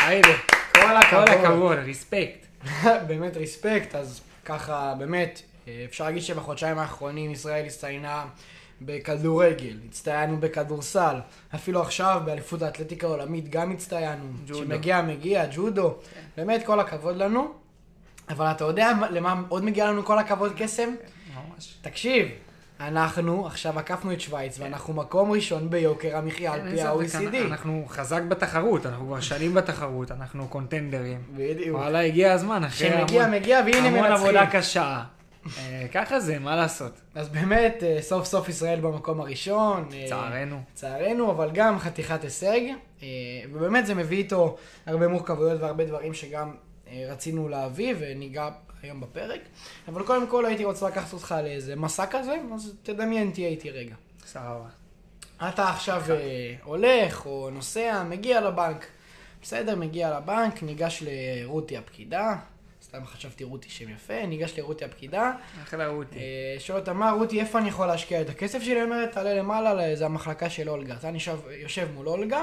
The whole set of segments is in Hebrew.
היידה. כל הכבוד, ריספקט. באמת ריספקט, אז ככה, באמת, אפשר להגיד שבחודשיים האחרונים ישראל הצטיינה בכדורגל, הצטיינו בכדורסל, אפילו עכשיו באליפות האתלטיקה העולמית גם הצטיינו, שמגיע, ג'ודו, באמת כל הכבוד לנו, אבל אתה יודע למה עוד מגיע לנו כל הכבוד קסם? ממש. תקשיב, אנחנו עכשיו עקפנו את שוויץ, ואנחנו מקום ראשון ביוקר המחיה על פי ה-OECD. אנחנו חזק בתחרות, אנחנו כבר שנים בתחרות, אנחנו קונטנדרים. בדיוק. וואלה, הגיע הזמן, אחרי שמגיע, והנה המון מנצחים. עבודה קשה. ככה זה, מה לעשות? אז באמת, סוף סוף ישראל במקום הראשון. צערנו, אבל גם חתיכת הישג. ובאמת זה מביא איתו הרבה מורכבויות והרבה דברים שגם רצינו להביא וניגע היום בפרק. אבל קודם כל הייתי רוצה לקחת אותך לאיזה מסע כזה, אז תדמיין, תהיה איתי רגע. סבבה. אתה עכשיו הולך או נוסע, מגיע לבנק. בסדר, מגיע לבנק, ניגש לרותי הפקידה. סתם חשבתי רותי שם יפה, ניגש לרותי הפקידה. אחלה רותי. שואל אותה, מה רותי, איפה אני יכול להשקיע את הכסף שלי? אומרת, תעלה למעלה, זה המחלקה של אולגה. אתה יושב מול אולגה,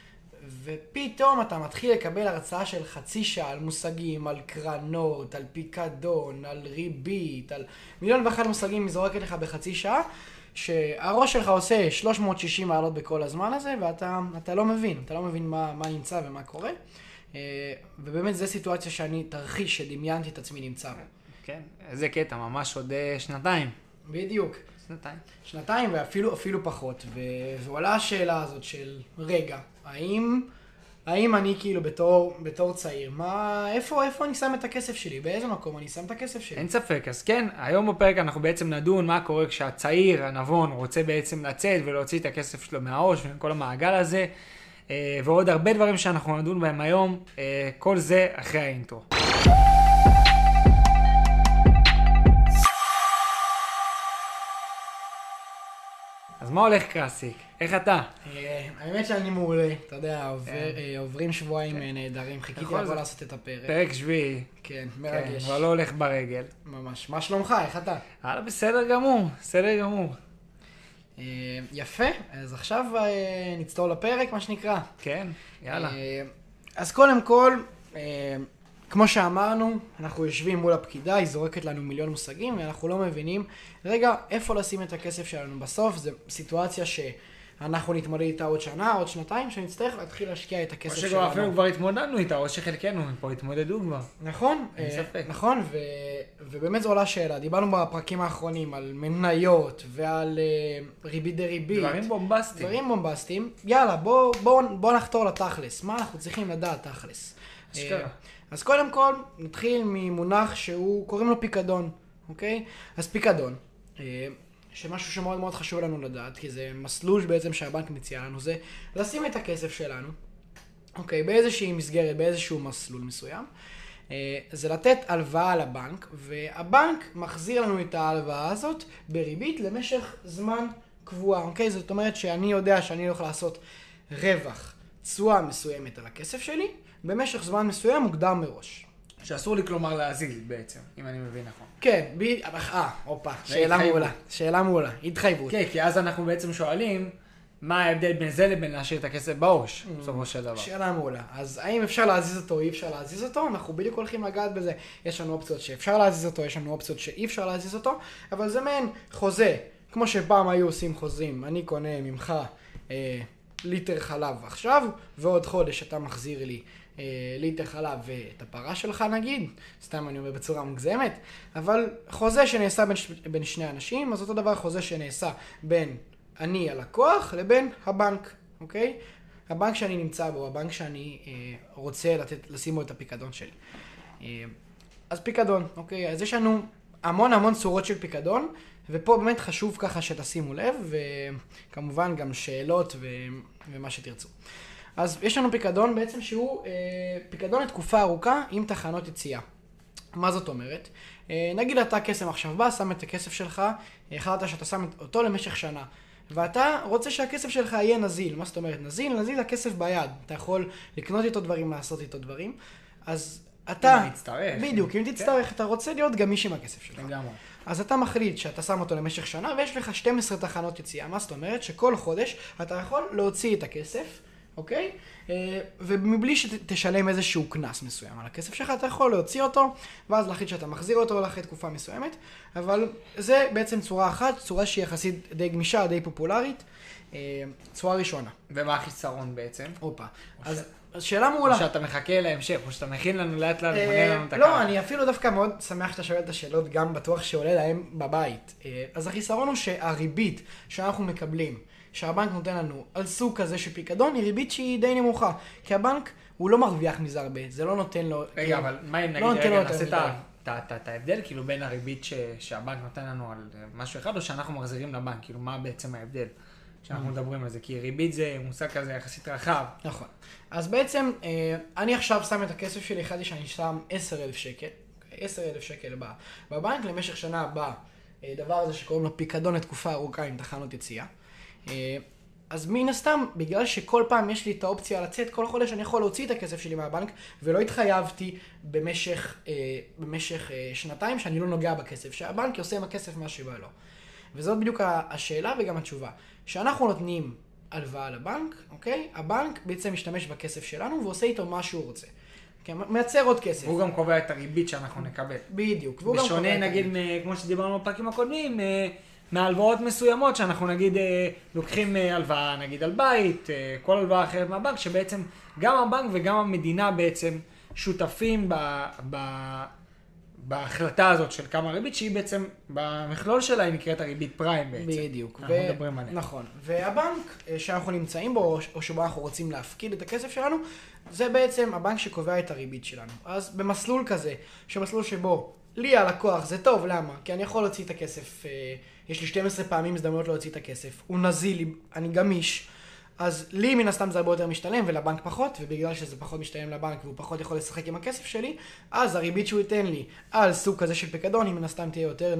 ופתאום אתה מתחיל לקבל הרצאה של חצי שעה על מושגים, על קרנות, על פיקדון, על ריבית, על מיליון ואחת מושגים מזורקת לך בחצי שעה, שהראש שלך עושה 360 מעלות בכל הזמן הזה, ואתה לא מבין מה נמצא ומה קורה. ובאמת זו סיטואציה תרחיש שדמיינתי את עצמי נמצא. כן, איזה קטע, ממש עוד שנתיים. בדיוק. שנתיים ואפילו פחות. ועולה השאלה הזאת של רגע, האם אני כאילו בתור צעיר, איפה אני שם את הכסף שלי? באיזה מקום אני שם את הכסף שלי? אין ספק, אז כן, היום בפרק אנחנו בעצם נדון מה קורה כשהצעיר, הנבון, רוצה בעצם לצאת ולהוציא את הכסף שלו מהראש וכל המעגל הזה. ועוד הרבה דברים שאנחנו נדון בהם היום, כל זה אחרי האינטרו. אז מה הולך קרסיק? איך אתה? האמת שאני מעולה, אתה יודע, עוברים שבועיים נהדרים, חיכיתי לבוא לעשות את הפרק. פרק שביעי. כן, מרגש. אבל לא הולך ברגל. ממש. מה שלומך? איך אתה? בסדר גמור, בסדר גמור. יפה, אז עכשיו נצטור לפרק, מה שנקרא. כן, יאללה. אז קודם כל, כמו שאמרנו, אנחנו יושבים מול הפקידה, היא זורקת לנו מיליון מושגים, ואנחנו לא מבינים, רגע, איפה לשים את הכסף שלנו בסוף? זו סיטואציה שאנחנו נתמודד איתה עוד שנה, עוד שנתיים, שנצטרך להתחיל להשקיע את הכסף שלנו. או שכבר אפילו התמודדנו איתה, או שחלקנו פה התמודדו כבר. נכון, נכון, ובאמת זו עולה שאלה. דיברנו בפרקים האחרונים על מניות ועל ריבית דריבית. דברים בומבסטיים. יאללה, בוא נחתור לתכלס. מה אנחנו צריכים לדעת תכלס? אז קודם כל, נתחיל ממונח שהוא, קוראים לו פיקדון, אוקיי? אז פיקדון, שמשהו שמאוד מאוד חשוב לנו לדעת, כי זה מסלול בעצם שהבנק מציע לנו, זה לשים את הכסף שלנו, אוקיי, באיזושהי מסגרת, באיזשהו מסלול מסוים, זה לתת הלוואה לבנק, והבנק מחזיר לנו את ההלוואה הזאת בריבית למשך זמן קבועה, אוקיי? זאת אומרת שאני יודע שאני הולך לעשות רווח, תשואה מסוימת על הכסף שלי, במשך זמן מסוים מוקדם מראש. שאסור לי כלומר להזיז בעצם, אם אני מבין נכון. כן, שאלה מעולה, התחייבות. כן, כי אז אנחנו בעצם שואלים, מה ההבדל בין זה לבין להשאיר את הכסף בעו"ש, בסופו של דבר. שאלה מעולה. אז האם אפשר להזיז אותו או אי אפשר להזיז אותו? אנחנו בדיוק הולכים לגעת בזה. יש לנו אופציות שאפשר להזיז אותו, יש לנו אופציות שאי אפשר להזיז אותו, אבל זה מעין חוזה. כמו שפעם היו עושים חוזים, אני קונה ממך ליטר חלב עכשיו, ועוד חודש אתה מחזיר לי ליטר חלב ואת הפרה שלך נגיד, סתם אני אומר בצורה מוגזמת, אבל חוזה שנעשה בין שני אנשים, אז אותו דבר חוזה שנעשה בין אני הלקוח לבין הבנק, אוקיי? הבנק שאני נמצא בו, הבנק שאני רוצה לשים בו את הפיקדון שלי. אז פיקדון, אוקיי? אז יש לנו המון צורות של פיקדון, ופה באמת חשוב ככה שתשימו לב, וכמובן גם שאלות ומה שתרצו. אז יש לנו פיקדון בעצם שהוא פיקדון לתקופה ארוכה עם תחנות יציאה. מה זאת אומרת? נגיד אתה קסם עכשיו בא, שם את הכסף שלך, החלטת שאתה שם אותו למשך שנה. ואתה רוצה שהכסף שלך יהיה נזיל. מה זאת אומרת? נזיל הכסף ביד. אתה יכול לקנות איתו דברים, לעשות איתו דברים. אז אתה... אם תצטרך. בדיוק, אם תצטרך, אתה רוצה להיות גמיש עם הכסף שלך. לגמרי. אז אתה מחליט שאתה שם אותו למשך שנה, ויש לך 12 תחנות יציאה. מה זאת אומרת? שכל חודש אתה יכול להוציא את הכסף, אוקיי? ומבלי שתשלם איזשהו קנס מסוים על הכסף שלך, אתה יכול להוציא אותו, ואז להחליט שאתה מחזיר אותו אחרי תקופה מסוימת, אבל זה בעצם צורה אחת, צורה שהיא יחסית די גמישה, די פופולרית, צורה ראשונה. ומה החיסרון בעצם? אופה. אז שאלה מעולה. או שאתה מחכה להמשך, או שאתה מכין לנו לאט לאט ובונה לנו את הקו. לא, אני אפילו דווקא מאוד שמח שאתה שואל את השאלות, גם בטוח שעולה להם בבית. אז החיסרון הוא שהריבית שאנחנו מקבלים, שהבנק נותן לנו על סוג כזה של פיקדון, היא ריבית שהיא די נמוכה. כי הבנק הוא לא מרוויח מזה הרבה, זה לא נותן לו... רגע, אבל מה אם נגיד, רגע, נעשה את ההבדל, כאילו בין הריבית שהבנק נותן לנו על משהו אחד, או שאנחנו מחזירים לבנק, כאילו מה בעצם ההבדל שאנחנו מדברים על זה, כי ריבית זה מושג כזה יחסית רחב. נכון. אז בעצם, אני עכשיו שם את הכסף שלי, החלטתי שאני שם 10,000 שקל, 10,000 שקל בבנק למשך שנה הבאה, דבר הזה שקוראים לו פיקדון לתקופה ארוכה עם תחנות יציאה. אז מן הסתם, בגלל שכל פעם יש לי את האופציה לצאת, כל חודש אני יכול להוציא את הכסף שלי מהבנק, ולא התחייבתי במשך שנתיים שאני לא נוגע בכסף, שהבנק עושה עם הכסף מה שבא לו. וזאת בדיוק השאלה וגם התשובה. שאנחנו נותנים הלוואה לבנק, אוקיי? הבנק בעצם משתמש בכסף שלנו ועושה איתו מה שהוא רוצה. כן, מייצר עוד כסף. והוא גם קובע את הריבית שאנחנו נקבל. בדיוק. בשונה נגיד, כמו שדיברנו בפרקים הקודמים, מהלוואות מסוימות שאנחנו נגיד לוקחים הלוואה נגיד על בית, כל הלוואה אחרת מהבנק, שבעצם גם הבנק וגם המדינה בעצם שותפים בהחלטה הזאת של כמה ריבית, שהיא בעצם במכלול שלה היא נקראת הריבית פריים בעצם. בדיוק. אנחנו מדברים עליה. נכון. והבנק שאנחנו נמצאים בו, או שבו אנחנו רוצים להפקיד את הכסף שלנו, זה בעצם הבנק שקובע את הריבית שלנו. אז במסלול כזה, שמסלול שבו לי הלקוח זה טוב, למה? כי אני יכול להוציא את הכסף, יש לי 12 פעמים הזדמנות להוציא את הכסף, הוא נזיל, אני גמיש, אז לי מן הסתם זה הרבה יותר משתלם ולבנק פחות, ובגלל שזה פחות משתלם לבנק והוא פחות יכול לשחק עם הכסף שלי, אז הריבית שהוא ייתן לי על סוג כזה של פיקדון, היא מן הסתם תהיה יותר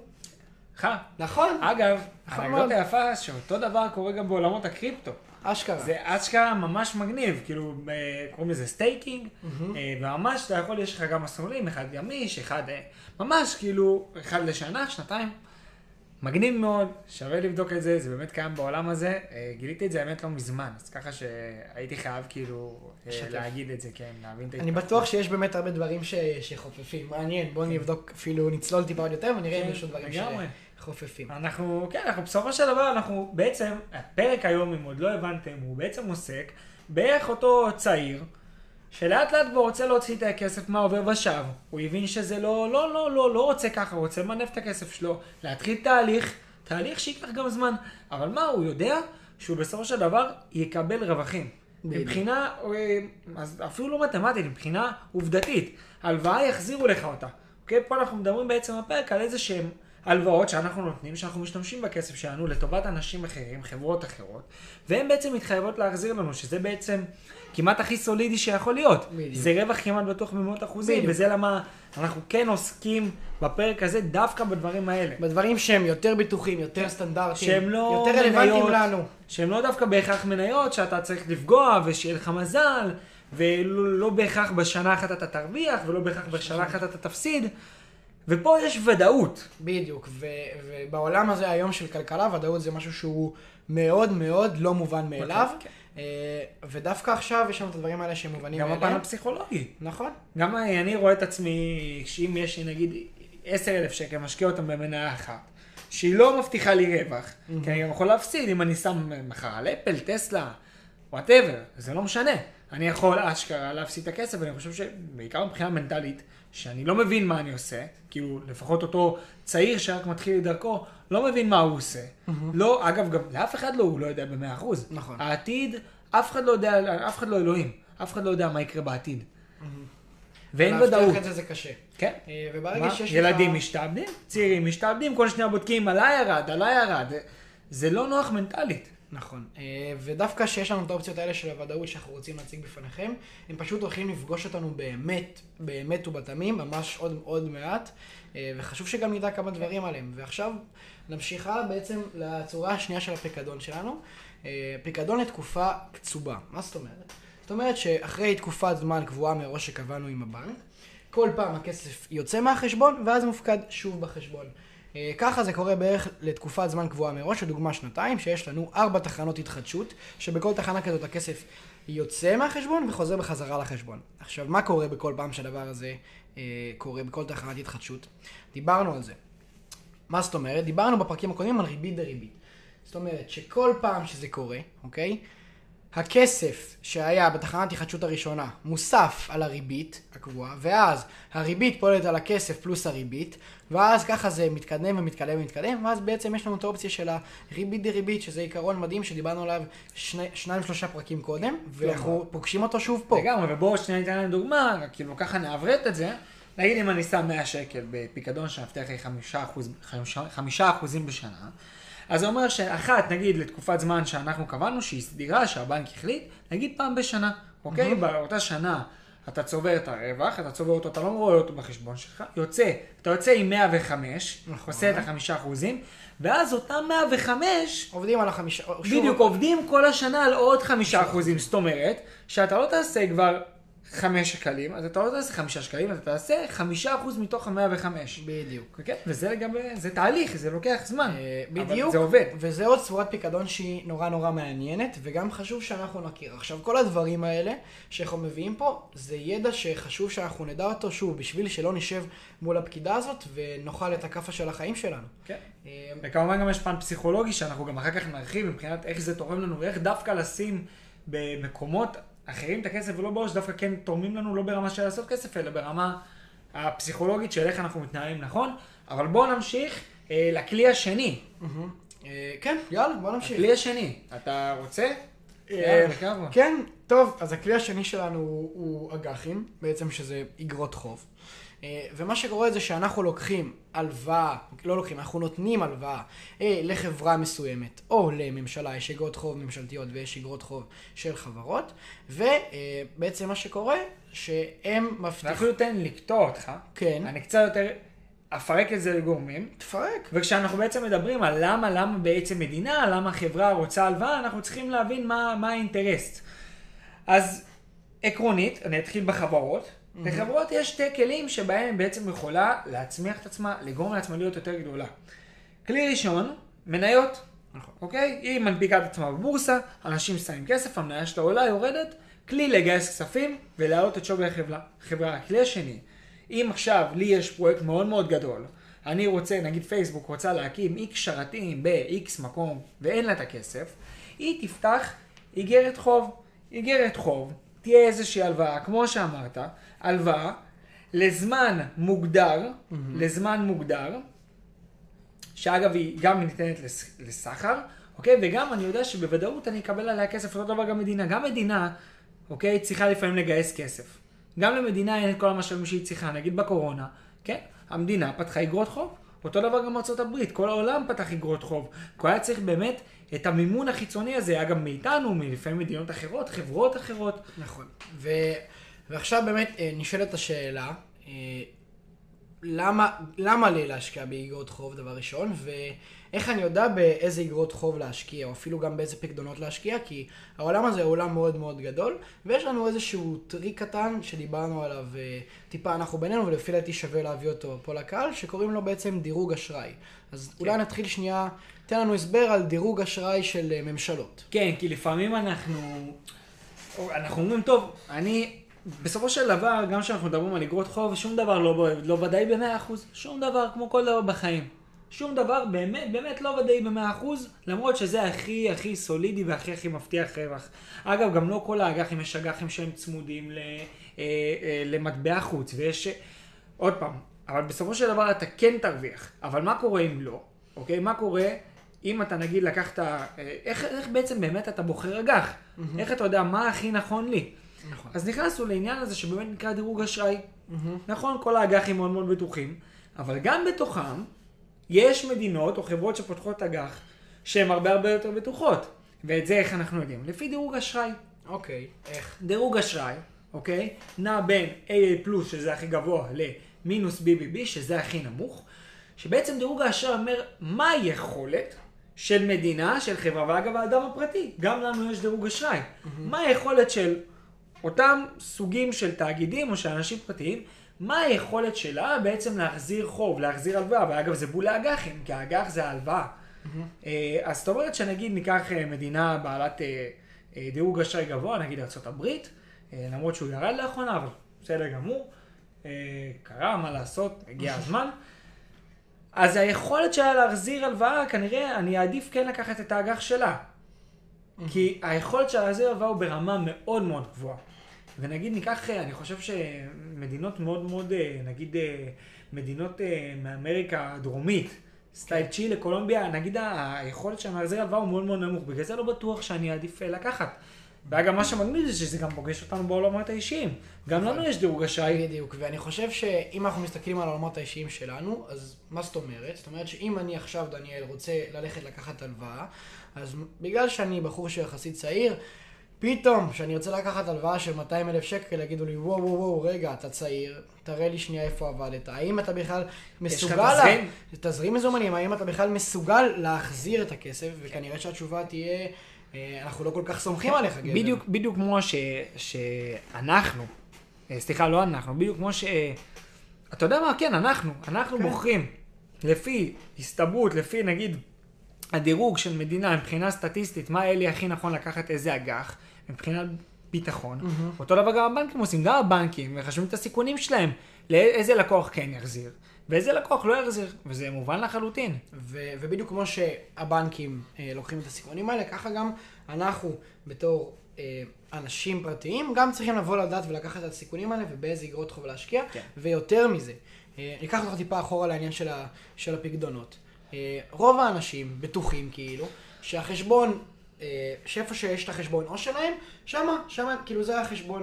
נכון? אגב, האנקדוטה היפה שאותו דבר קורה גם בעולמות הקריפטו. אשכרה. זה אשכרה ממש מגניב, כאילו קוראים לזה סטייקינג, וממש אתה יכול, יש לך גם מסלולים, אחד גמיש, אחד ממש כאילו, אחד לשנה, שנתיים. מגניב מאוד, שווה לבדוק את זה, זה באמת קיים בעולם הזה, גיליתי את זה האמת לא מזמן, אז ככה שהייתי חייב כאילו להגיד את זה, כן, להבין את זה. אני בטוח שיש באמת הרבה דברים שחופפים, מעניין, בואו נבדוק, אפילו נצלול טיפה עוד יותר ונראה אם יש עוד דברים שחופפים. אנחנו בסופו של דבר, אנחנו בעצם, הפרק היום, אם עוד לא הבנתם, הוא בעצם עוסק באיך אותו צעיר, שלאט לאט בו רוצה להוציא את הכסף מהעובר ושב, הוא הבין שזה לא רוצה ככה, הוא רוצה למנף את הכסף שלו, להתחיל תהליך שיקח גם זמן, אבל מה, הוא יודע שהוא בסופו של דבר יקבל רווחים. מבחינה, אז אפילו לא מתמטית, מבחינה עובדתית, הלוואה יחזירו לך אותה. אוקיי? פה אנחנו מדברים בעצם בפרק על איזה שהם הלוואות שאנחנו נותנים, שאנחנו משתמשים בכסף שלנו לטובת אנשים אחרים, חברות אחרות, והם בעצם מתחייבות להחזיר לנו, שזה בעצם כמעט הכי סולידי שיכול להיות. בדיוק. זה רווח כמעט בטוח במאות אחוזים, וזה למה אנחנו כן עוסקים בפרק הזה דווקא בדברים האלה. בדברים שהם יותר בטוחים, יותר סטנדרטיים, שהם לא יותר רלוונטיים לנו. שהם לא דווקא בהכרח מניות, שאתה צריך לפגוע ושיהיה לך מזל, ולא בהכרח בשנה אחת אתה תרוויח, ולא בהכרח בשנה אחת אתה תפסיד. ופה יש ודאות. בדיוק, ובעולם הזה היום של כלכלה, ודאות זה משהו שהוא מאוד מאוד לא מובן מאליו. ודווקא עכשיו יש לנו את הדברים האלה שהם מובנים מאליהם. גם הפן הפסיכולוגי. נכון. גם אני רואה את עצמי, שאם יש לי נגיד 10,000 שקל, משקיע אותם במניה אחת, שהיא לא מבטיחה לי רווח, כי אני גם יכול להפסיד אם אני שם מחר על אפל, טסלה, whatever, זה לא משנה. אני יכול אשכרה להפסיד את הכסף, ואני חושב שבעיקר מבחינה מנטלית, שאני לא מבין מה אני עושה, כאילו לפחות אותו צעיר שרק מתחיל לדרכו, לא מבין מה הוא עושה. לא, אגב, גם לאף אחד לא, הוא לא יודע ב100%. נכון. העתיד, אף אחד לא יודע, אף אחד לא אלוהים, אף אחד לא יודע מה יקרה בעתיד. ואין ודאות. להבטיח את זה זה קשה. כן. וברגע שיש לך... ילדים משתעבדים, צעירים משתעבדים, כל שניה בודקים עליי ירד. זה לא נוח מנטלית. נכון, ודווקא שיש לנו את האופציות האלה של הוודאות שאנחנו רוצים להציג בפניכם, הם פשוט הולכים לפגוש אותנו באמת ובתמים, ממש עוד מעט, וחשוב שגם נדע כמה דברים עליהם. ועכשיו נמשיכה בעצם לצורה השנייה של הפיקדון שלנו, פיקדון לתקופה קצובה. מה זאת אומרת? זאת אומרת שאחרי תקופת זמן קבועה מראש שקבענו עם הבנק, כל פעם הכסף יוצא מהחשבון ואז מופקד שוב בחשבון. ככה זה קורה בערך לתקופת זמן קבועה מראש, לדוגמה 2 שנתיים, שיש לנו 4 תחנות התחדשות, שבכל תחנה כזאת הכסף יוצא מהחשבון וחוזר בחזרה לחשבון. עכשיו, מה קורה בכל פעם שהדבר הזה קורה בכל תחנת התחדשות? דיברנו על זה. מה זאת אומרת? דיברנו בפרקים הקודמים על ריבית דריבית. זאת אומרת שכל פעם שזה קורה, אוקיי? הכסף שהיה בתחנת התחדשות הראשונה מוסף על הריבית הקבועה, ואז הריבית פועלת על הכסף פלוס הריבית, ואז ככה זה מתקדם ומתקדם ומתקדם, ואז בעצם יש לנו את האופציה של הריבית דריבית, שזה עיקרון מדהים שדיברנו עליו 2-3 פרקים קודם, ואנחנו פוגשים אותו שוב פה. לגמרי, ובואו שנייה ניתן לנו דוגמה, כאילו ככה נעברת את זה, נגיד אם אני שם 100 שקל בפיקדון שמבטיח לי 5% בשנה, אז זה אומר שאחת, נגיד, לתקופת זמן שאנחנו קבענו, שהיא סדירה, שהבנק החליט, נגיד פעם בשנה, אוקיי? באותה שנה אתה צובר את הרווח, אתה צובר אותו, אתה לא רואה אותו בחשבון שלך, אתה יוצא עם 105, עושה את ה5%, ואז אותם 105, עובדים על 5%. בדיוק, עובדים כל השנה על עוד 5%, זאת אומרת, שאתה לא תעשה כבר 5 שקלים, אז אתה לא תעשה 5 שקלים, אתה תעשה 5% מתוך ה-105. בדיוק. כן? וזה לגבי, זה תהליך, זה לוקח זמן. בדיוק. אבל זה עובד. וזה עוד צורת פיקדון שהיא נורא נורא מעניינת, וגם חשוב שאנחנו נכיר. עכשיו, כל הדברים האלה שאנחנו מביאים פה, זה ידע שחשוב שאנחנו נדע אותו שוב, בשביל שלא נשב מול הפקידה הזאת, ונאכל את הכאפה של החיים שלנו. כן. וכמובן גם יש פן פסיכולוגי, שאנחנו גם אחר כך נרחיב מבחינת איך זה תורם לנו, ואיך דווקא לשים במקומות אחרים את הכסף ולא בראש, דווקא כן תורמים לנו לא ברמה של לעשות כסף, אלא ברמה הפסיכולוגית של איך אנחנו מתנהלים נכון. אבל בואו נמשיך לכלי השני. כן, יאללה, בואו נמשיך. הכלי השני, אתה רוצה? כן, טוב, אז הכלי השני שלנו הוא אג"חים, בעצם שזה אגרות חוב. ומה שקורה זה שאנחנו לוקחים הלוואה, לא לוקחים, אנחנו נותנים הלוואה לחברה מסוימת, או לממשלה, יש אגרות חוב ממשלתיות ויש אגרות חוב של חברות, ובעצם מה שקורה, שהם מבטיחים... ואפילו תן לקטוע אותך, כן. אני קצת יותר אפרק את זה לגורמים. תפרק. וכשאנחנו בעצם מדברים על למה בעצם מדינה, למה חברה רוצה הלוואה, אנחנו צריכים להבין מה האינטרס. אז עקרונית, אני אתחיל בחברות. לחברות יש 2 כלים שבהם בעצם יכולה להצמיח את עצמה, לגרום לעצמה להיות יותר גדולה. כלי ראשון, מניות. אוקיי? היא מנפיקה את עצמה בבורסה, אנשים שמים כסף, המניה שלה עולה, יורדת, כלי לגייס כספים ולהעלות את שווי החברה. הכלי השני, אם עכשיו לי יש פרויקט מאוד מאוד גדול, אני רוצה, נגיד פייסבוק רוצה להקים X שרתים ב-X מקום ואין לה את הכסף, היא תפתח איגרת חוב. איגרת חוב תהיה איזושהי הלוואה, כמו שאמרת, הלוואה לזמן מוגדר, שאגב היא גם ניתנת לסחר, אוקיי? וגם אני יודע שבוודאות אני אקבל עליה כסף, אותו דבר גם מדינה. גם מדינה, אוקיי, צריכה לפעמים לגייס כסף. גם למדינה אין את כל המשאבים שהיא צריכה, נגיד בקורונה, כן? המדינה פתחה אגרות חוב. אותו דבר גם ארצות הברית, כל העולם פתח אגרות חוב. כי היה צריך באמת את המימון החיצוני הזה, היה גם מאיתנו, מלפעמים מדינות אחרות, חברות אחרות. נכון. ועכשיו באמת נשאלת השאלה, למה לי להשקיע באגרות חוב דבר ראשון, ואיך אני יודע באיזה אגרות חוב להשקיע, או אפילו גם באיזה פקדונות להשקיע, כי העולם הזה הוא עולם מאוד מאוד גדול, ויש לנו איזשהו טריק קטן שדיברנו עליו טיפה אנחנו בינינו, ולפי דעתי שווה להביא אותו פה לקהל, שקוראים לו בעצם דירוג אשראי. אז אולי נתחיל שנייה, תן לנו הסבר על דירוג אשראי של ממשלות. כן, כי לפעמים אנחנו אומרים, טוב, בסופו של דבר, גם כשאנחנו מדברים על אגרות חוב, שום דבר לא ודאי ב-100%, שום דבר, כמו כל דבר בחיים. שום דבר באמת לא ודאי ב-100%, למרות שזה הכי סולידי והכי מבטיח רווח. אגב, גם לא כל האג"חים, יש אג"חים שהם צמודים למטבע חוץ, ויש, עוד פעם, אבל בסופו של דבר אתה כן תרוויח. אבל מה קורה אם לא? אוקיי? מה קורה אם אתה נגיד לקחת, איך בעצם באמת אתה בוחר אג"ח? איך אתה יודע מה הכי נכון לי? נכון. אז נכנסנו לעניין הזה שבאמת נקרא דירוג אשראי. נכון, כל האג"חים מאוד מאוד בטוחים, אבל גם בתוכם יש מדינות או חברות שפותחות אג"ח שהן הרבה יותר בטוחות. ואת זה איך אנחנו יודעים? לפי דירוג אשראי. אוקיי, איך? דירוג אשראי, אוקיי? נע בין AA+, שזה הכי גבוה, למינוס BBB, שזה הכי נמוך. שבעצם דירוג האשראי אומר מה היכולת של מדינה, של חברה, ואגב האדם הפרטי. גם לנו יש דירוג אשראי. מה היכולת של אותם סוגים של תאגידים או של אנשים פרטיים, מה היכולת שלה בעצם להחזיר חוב, להחזיר הלוואה, ואגב זה בול האג"חים, כי האג"ח זה ההלוואה. אז זאת אומרת שנגיד ניקח מדינה בעלת דירוג אשראי גבוה, נגיד ארצות הברית, למרות שהוא ירד לאחרונה, אבל בסדר גמור, קרה, מה לעשות, הגיע הזמן. אז היכולת שלה להחזיר הלוואה, כנראה אני אעדיף כן לקחת את האג"ח שלה. כי היכולת שלה להחזיר הלוואה הוא ברמה מאוד מאוד גבוהה. ונגיד ניקח, אני חושב שמדינות מאוד מאוד, נגיד מדינות מאמריקה הדרומית, סטייל צ'ילה, קולומביה, נגיד היכולת שלה להחזיר הלוואה הוא מאוד מאוד נמוך. בגלל זה לא בטוח שאני אעדיף לקחת. ואגב, מה שמגניב זה שזה גם פוגש אותנו בעולמות האישיים. גם לנו יש דירוג אשראי. בדיוק, ואני חושב שאם אנחנו מסתכלים על העולמות האישיים שלנו, אז מה זאת אומרת? זאת אומרת שאם אני עכשיו, דניאל, רוצה ללכת לקחת הלוואה, אז בגלל שאני בחור שיחסית צעיר, פתאום, שאני רוצה לקחת הלוואה של 200,000 שקל, יגידו לי, וואו, וואו, וואו, רגע, אתה צעיר, תראה לי שנייה איפה עבדת. האם אתה בכלל מסוגל... תזרים מזומנים, האם אתה בכלל מסוגל להחזיר את הכסף, וכנראה שהתשובה תהיה... אנחנו לא כל כך סומכים עליך, גבר. בדיוק כמו שאנחנו, סליחה, לא אנחנו, בדיוק כמו אתה יודע מה, כן, אנחנו בוחרים לפי הסתברות, לפי נגיד הדירוג של מדינה מבחינה סטטיסטית, מה אלי הכי נכון לקחת איזה אג"ח, מבחינת ביטחון. אותו דבר גם הבנקים עושים, גם הבנקים, מחשבים את הסיכונים שלהם, לאיזה לקוח כן יחזיר. ואיזה לקוח לא יחזיר, וזה מובן לחלוטין. ובדיוק כמו שהבנקים לוקחים את הסיכונים האלה, ככה גם אנחנו בתור אנשים פרטיים, גם צריכים לבוא לדעת ולקחת את הסיכונים האלה, ובאיזה אגרות חוב להשקיע, כן. ויותר מזה. ניקח אותך טיפה אחורה לעניין של הפקדונות. רוב האנשים בטוחים כאילו, שהחשבון, שאיפה שיש את החשבון או שלהם, שמה, כאילו זה החשבון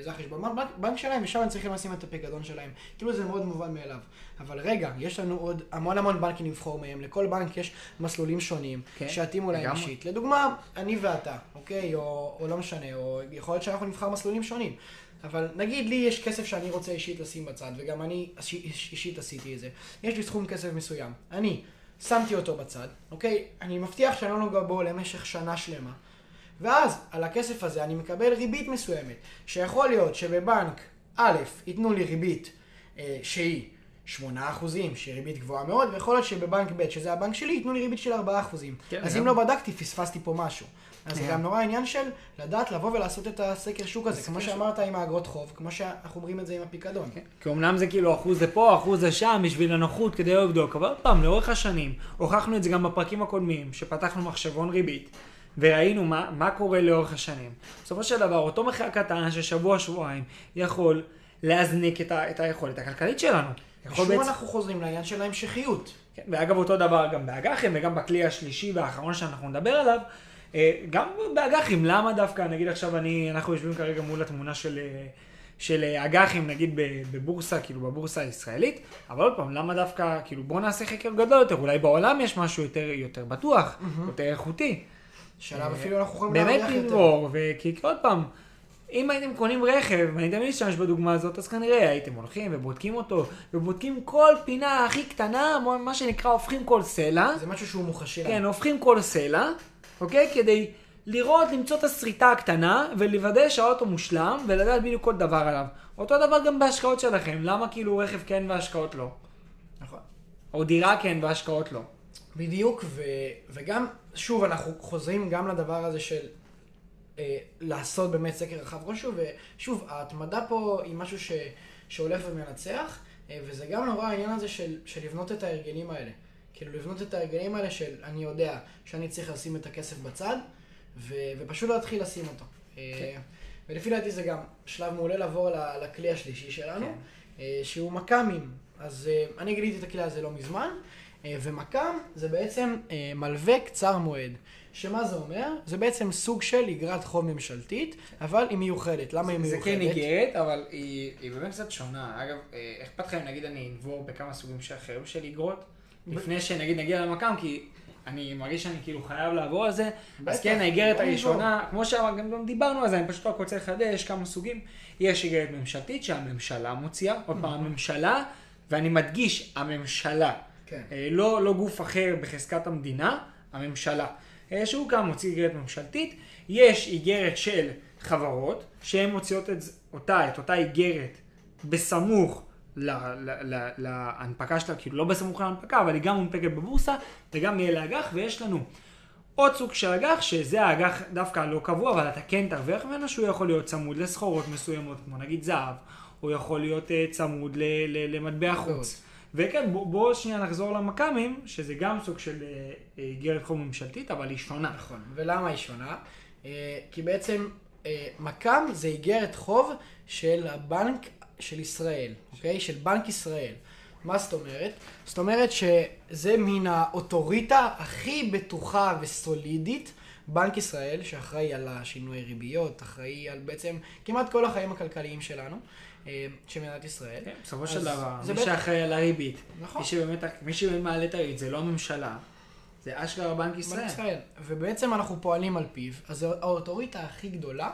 בנק שלהם, ושם הם צריכים לשים את הפקדון שלהם. כאילו זה מאוד מובן מאליו. אבל רגע, יש לנו עוד המון בנקים לבחור מהם, לכל בנק יש מסלולים שונים, שיתאימו להם אישית. לדוגמה, אני ואתה, אוקיי? או לא משנה, או יכול להיות שאנחנו נבחר מסלולים שונים. אבל נגיד לי יש כסף שאני רוצה אישית לשים בצד, וגם אני אישית עשיתי את זה. יש לי סכום כסף מסוים. אני שמתי אותו בצד, אוקיי? אני מבטיח שאני לא נוגע בו למשך שנה שלמה. ואז על הכסף הזה אני מקבל ריבית מסוימת, שיכול להיות שבבנק א' ייתנו לי ריבית שהיא 8%, שהיא ריבית גבוהה מאוד, ויכול להיות שבבנק ב', שזה הבנק שלי, ייתנו לי ריבית של 4%. כן, אז אם לא בדקתי, פספסתי פה משהו. אז זה גם נורא העניין של לדעת לבוא ולעשות את הסקר שוק הזה, כמו שאמרת עם האגרות חוב, כמו שאנחנו אומרים את זה עם הפיקדון. כי אמנם זה כאילו אחוז זה פה, אחוז זה שם, בשביל הנוחות כדי לבדוק, אבל עוד פעם, לאורך השנים, הוכחנו את זה גם בפרקים הקודמים, שפתחנו מחשבון ריבית, וראינו מה קורה לאורך השנים. בסופו של דבר, אותו מחיר קטן ששבוע-שבועיים יכול להזניק את היכולת הכלכלית שלנו. ושוב אנחנו חוזרים לעניין של ההמשכיות. כן, ואגב אותו דבר גם באג"חים וגם בכלי השלישי והאחרון שאנחנו נדבר עליו, גם באג"חים, למה דווקא, נגיד עכשיו אנחנו יושבים כרגע מול התמונה של אג"חים, נגיד בבורסה, כאילו בבורסה הישראלית, אבל עוד פעם, למה דווקא, כאילו בוא נעשה חקר גדול יותר, אולי בעולם יש משהו יותר בטוח, יותר איכותי. שלב אפילו אנחנו יכולים להריח יותר. באמת לנבור, וכי עוד פעם, אם הייתם קונים רכב, ואני תמיד להשתמש בדוגמה הזאת, אז כנראה הייתם הולכים ובודקים אותו, ובודקים כל פינה הכי קטנה, מה שנקרא הופכים כל סלע. זה משהו שהוא מוחשי. כן, הופכים כל סלע, אוקיי? כדי לראות, למצוא את הסריטה הקטנה, ולוודא שהאוטו מושלם, ולדעת בדיוק כל דבר עליו. אותו דבר גם בהשקעות שלכם, למה כאילו רכב כן והשקעות לא? נכון. או דירה כן והשקעות לא. בדיוק, וגם, שוב, אנחנו חוזרים גם לדבר הזה של לעשות באמת סקר רחב ראשו, ושוב, ההתמדה פה היא משהו שהולך ומנצח, וזה גם נורא העניין הזה של לבנות את ההרגלים האלה. כאילו לבנות את ההרגלים האלה של אני יודע שאני צריך לשים את הכסף בצד, ופשוט להתחיל לשים אותו. ולפי דעתי זה גם שלב מעולה לעבור לכלי השלישי שלנו, שהוא מק"מים. אז אני גיליתי את הכלי הזה לא מזמן, ומק"ם זה בעצם מלווה קצר מועד. שמה זה אומר? זה בעצם סוג של אגרת חוב ממשלתית, אבל היא מיוחדת. למה היא מיוחדת? זה כן אגרת, אבל היא באמת קצת שונה. אגב, אכפת לכם, נגיד אני אנבור בכמה סוגים אחרים של אגרות, לפני שנגיד נגיע למק"ם, כי אני מרגיש שאני כאילו חייב לעבור על זה. אז כן, האגרת הראשונה, כמו שגם דיברנו על זה, אני פשוט רק רוצה לחדש כמה סוגים. יש אגרת ממשלתית שהממשלה מוציאה, עוד פעם הממשלה, ואני מדגיש, הממשלה. לא גוף אחר בחזקת המדינה, הממשלה. שהוא גם מוציא איגרת ממשלתית, יש איגרת של חברות, שהן מוציאות את אותה איגרת בסמוך להנפקה שלה, כאילו לא בסמוך להנפקה, אבל היא גם מונפקת בבורסה, וגם יהיה לאג"ח, ויש לנו עוד סוג של אג"ח, שזה האג"ח דווקא לא קבוע, אבל אתה כן תרוויח ממנו, שהוא יכול להיות צמוד לסחורות מסוימות, כמו נגיד זהב, הוא יכול להיות צמוד למטבע חוץ. וכן, בואו שנייה נחזור למק"מים, שזה גם סוג של איגרת חוב ממשלתית, אבל היא שונה. נכון. ולמה היא שונה? כי בעצם מק"מ זה איגרת חוב של הבנק של ישראל, אוקיי? של בנק ישראל. מה זאת אומרת? זאת אומרת שזה מן האוטוריטה הכי בטוחה וסולידית, בנק ישראל, שאחראי על השינוי ריביות, אחראי על בעצם כמעט כל החיים הכלכליים שלנו, של מדינת ישראל. כן, בסופו של דבר, מי שאחראי על הריבית, נכון. מי שבאמת מעלה את הריבית, זה לא הממשלה, זה אשכרה בנק ישראל. בנק ישראל. ובעצם אנחנו פועלים על פיו, אז זו האוטוריטה הכי גדולה,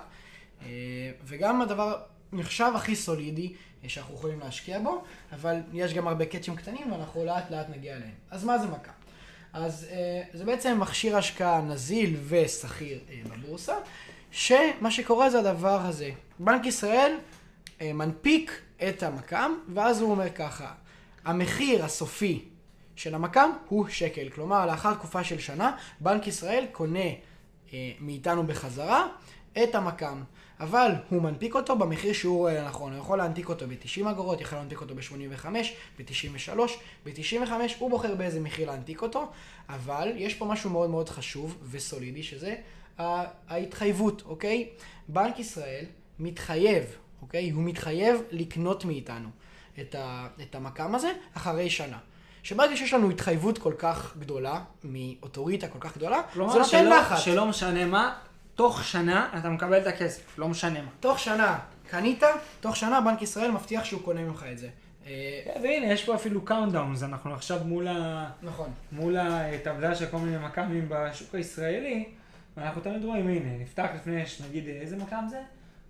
וגם הדבר נחשב הכי סולידי שאנחנו יכולים להשקיע בו, אבל יש גם הרבה קאצ'ים קטנים ואנחנו לאט לאט נגיע אליהם. אז מה זה מק"מ? אז זה בעצם מכשיר השקעה נזיל וסחיר בבורסה, שמה שקורה זה הדבר הזה. בנק ישראל מנפיק את המק"מ, ואז הוא אומר ככה, המחיר הסופי של המק"מ הוא שקל. כלומר, לאחר תקופה של שנה, בנק ישראל קונה מאיתנו בחזרה את המק"מ. אבל הוא מנפיק אותו במחיר שהוא רואה נכון. הוא יכול להנפיק אותו ב-90 אגורות, יכול להנפיק אותו ב-85, ב-93, ב-95, הוא בוחר באיזה מחיר להנפיק אותו, אבל יש פה משהו מאוד מאוד חשוב וסולידי, שזה ההתחייבות, אוקיי? בנק ישראל מתחייב, אוקיי? הוא מתחייב לקנות מאיתנו את המק"מ הזה אחרי שנה. שברגע שיש לנו התחייבות כל כך גדולה, מאוטוריטה כל כך גדולה, זה נותן לחץ. שלא משנה מה, תוך שנה אתה מקבל את הכסף, לא משנה מה. תוך שנה קנית, תוך שנה בנק ישראל מבטיח שהוא קונה ממך את זה. והנה, יש פה אפילו קאונטדאונס, אנחנו עכשיו מול הטבלה של כל מיני מק"מים בשוק הישראלי, ואנחנו תמיד רואים, הנה, נפתח לפני, נגיד, איזה מק"ם זה?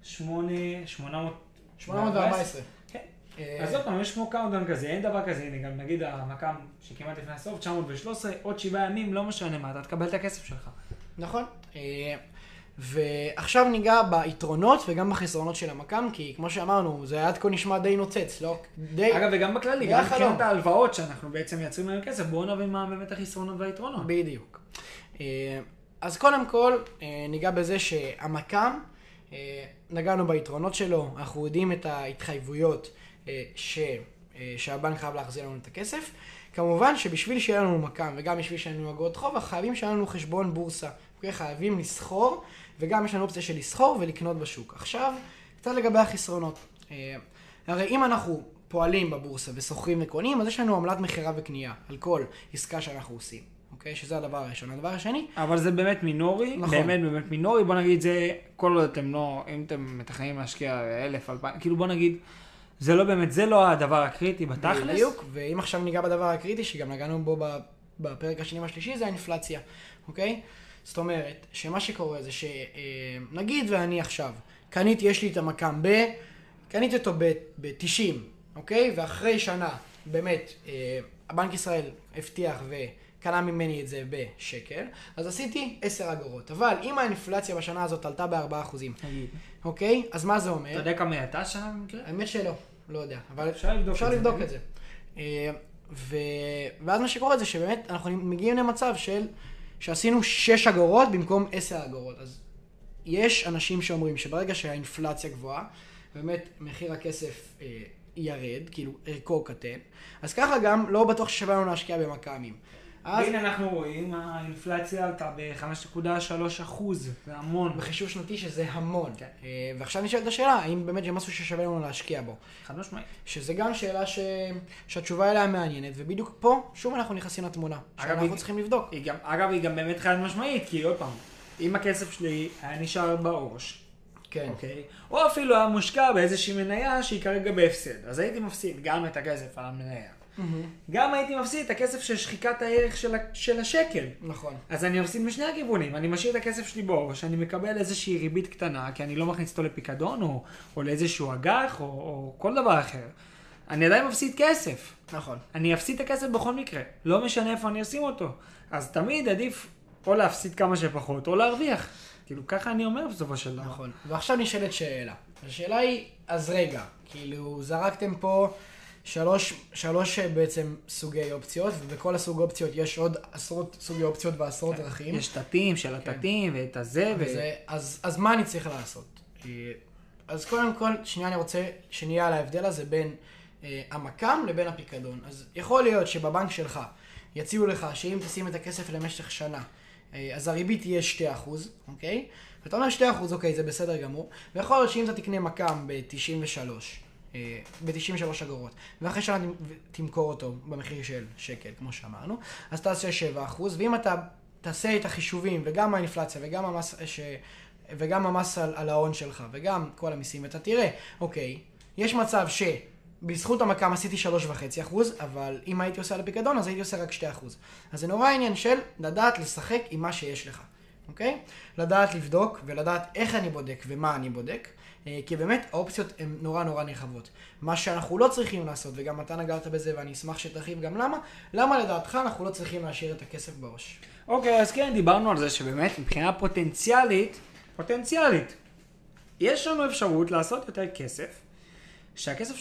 814. כן. אז עוד פעם, יש כמו קאונטדאון כזה, אין דבר כזה, הנה, גם נגיד המק"ם שכמעט לפני הסוף, 913, עוד 7 ימים, לא משנה מה, אתה תקבל את הכסף שלך. נכון. ועכשיו ניגע ביתרונות וגם בחסרונות של המק"מ, כי כמו שאמרנו, זה עד כה נשמע די נוצץ, לא? אגב, וגם בכללי, גם מבחינת ההלוואות שאנחנו בעצם מייצרים להם כסף, בואו נבין מה באמת החסרונות והיתרונות. בדיוק. אז קודם כל, ניגע בזה שהמק"מ, נגענו ביתרונות שלו, אנחנו יודעים את ההתחייבויות שהבנק חייב להחזיר לנו את הכסף. כמובן שבשביל שיהיה לנו מק"מ וגם בשביל שיהיה לנו אגרות חוב, חייבים שיהיה לנו חשבון בורסה. חייבים לסחור, וגם יש לנו אופציה של לסחור ולקנות בשוק. עכשיו, קצת לגבי החסרונות. הרי אם אנחנו פועלים בבורסה וסוחרים וקונים, אז יש לנו עמלת מחירה וקנייה על כל עסקה שאנחנו עושים. אוקיי? שזה הדבר הראשון. הדבר השני... אבל זה באמת מינורי. נכון. באמת מינורי. בוא נגיד זה, כל עוד אתם לא, אם אתם מתכננים להשקיע 1,000, 2,000, כאילו בוא נגיד, זה לא באמת, זה לא הדבר הקריטי בתכלס. בדיוק. ואם עכשיו ניגע בדבר הקריטי, שגם נגענו בו בפרק השני והשלישי, זה האינפלציה. אוקיי? זאת אומרת, שמה שקורה זה שנגיד ואני עכשיו, יש לי את המק"מ קניתי אותו ב-90, אוקיי? ואחרי שנה, באמת, הבנק ישראל הבטיח וקנה ממני את זה בשקל, אז עשיתי 10 אגורות. אבל אם האינפלציה בשנה הזאת עלתה ב4%, אוקיי? אז מה זה אומר? אתה יודע כמה הייתה שנה במקרה? האמת שלא, לא יודע. אבל אפשר לבדוק את זה. ואז מה שקורה זה שבאמת אנחנו מגיעים למצב שעשינו 6 אגורות במקום 10 אגורות. אז יש אנשים שאומרים שברגע שהאינפלציה גבוהה, באמת מחיר הכסף ירד, כאילו ערכו קטן, אז ככה גם לא בטוח ששווה לנו להשקיע במק"מים. והנה אנחנו רואים, האינפלציה עלתה ב-5.3%, זה המון. בחישוב שנתי שזה המון. ועכשיו נשאלת השאלה, האם באמת זה משהו ששווה לנו להשקיע בו? חד משמעית. שזה גם שאלה שהתשובה אליה מעניינת, ובדיוק פה, שוב אנחנו נכנסים לתמונה, שאנחנו צריכים לבדוק. אגב, היא גם באמת חד משמעית, כי עוד פעם, אם הכסף שלי היה נשאר בעו"ש, כן. אוקיי? או אפילו היה מושקע באיזושהי מניה שהיא כרגע בהפסד, אז הייתי מפסיד גם את הכסף על המניה. גם הייתי מפסיד את הכסף של שחיקת הערך של השקל. נכון. אז אני מפסיד משני הכיוונים. אני משאיר את הכסף שלי בעו"ש, אני מקבל איזושהי ריבית קטנה, כי אני לא מכניס אותו לפיקדון, או לאיזשהו אג"ח, או כל דבר אחר. אני עדיין מפסיד כסף. נכון. אני אפסיד את הכסף בכל מקרה. לא משנה איפה אני אשים אותו. אז תמיד עדיף או להפסיד כמה שפחות, או להרוויח. כאילו, ככה אני אומר בסופו של דבר. נכון. ועכשיו נשאלת שאלה. השאלה היא, אז רגע, כאילו, זרקתם פה שלוש בעצם סוגי אופציות, ובכל הסוג אופציות יש עוד עשרות סוגי אופציות ועשרות דרכים. יש תתים של התתים ואת הזה. אז מה אני צריך לעשות? אז קודם כל, שנייה אני רוצה שנהיה על ההבדל הזה בין המקם לבין הפיקדון. אז יכול להיות שבבנק שלך יציעו לך שאם תשים את הכסף למשך שנה, אז הריבית תהיה 2%, אוקיי? ואתה אומר 2%, אוקיי, זה בסדר גמור. ויכול להיות שאם אתה תקנה מקם ב-93 אגורות, ואחרי שנה תמכור אותו במחיר של שקל, כמו שאמרנו, אז תעשה 7%, ואם אתה תעשה את החישובים, וגם האינפלציה, וגם המס על ההון שלך, וגם כל המיסים, אתה תראה, אוקיי, יש מצב בזכות המקם עשיתי 3.5%, אבל אם הייתי עושה על הפיקדון, אז הייתי עושה רק 2%. אז זה נורא עניין של לדעת לשחק עם מה שיש לך, אוקיי? לדעת לבדוק ולדעת איך אני בודק ומה אני בודק, כי באמת האופציות הן נורא נורא נרחבות. מה שאנחנו לא צריכים לעשות, וגם אתה נגעת בזה ואני אשמח שתרחיב גם למה לדעתך אנחנו לא צריכים להשאיר את הכסף בעו"ש. אוקיי, אז כן, דיברנו על זה שבאמת מבחינה פוטנציאלית, יש לנו אפשרות לעשות יותר כסף, שהכסף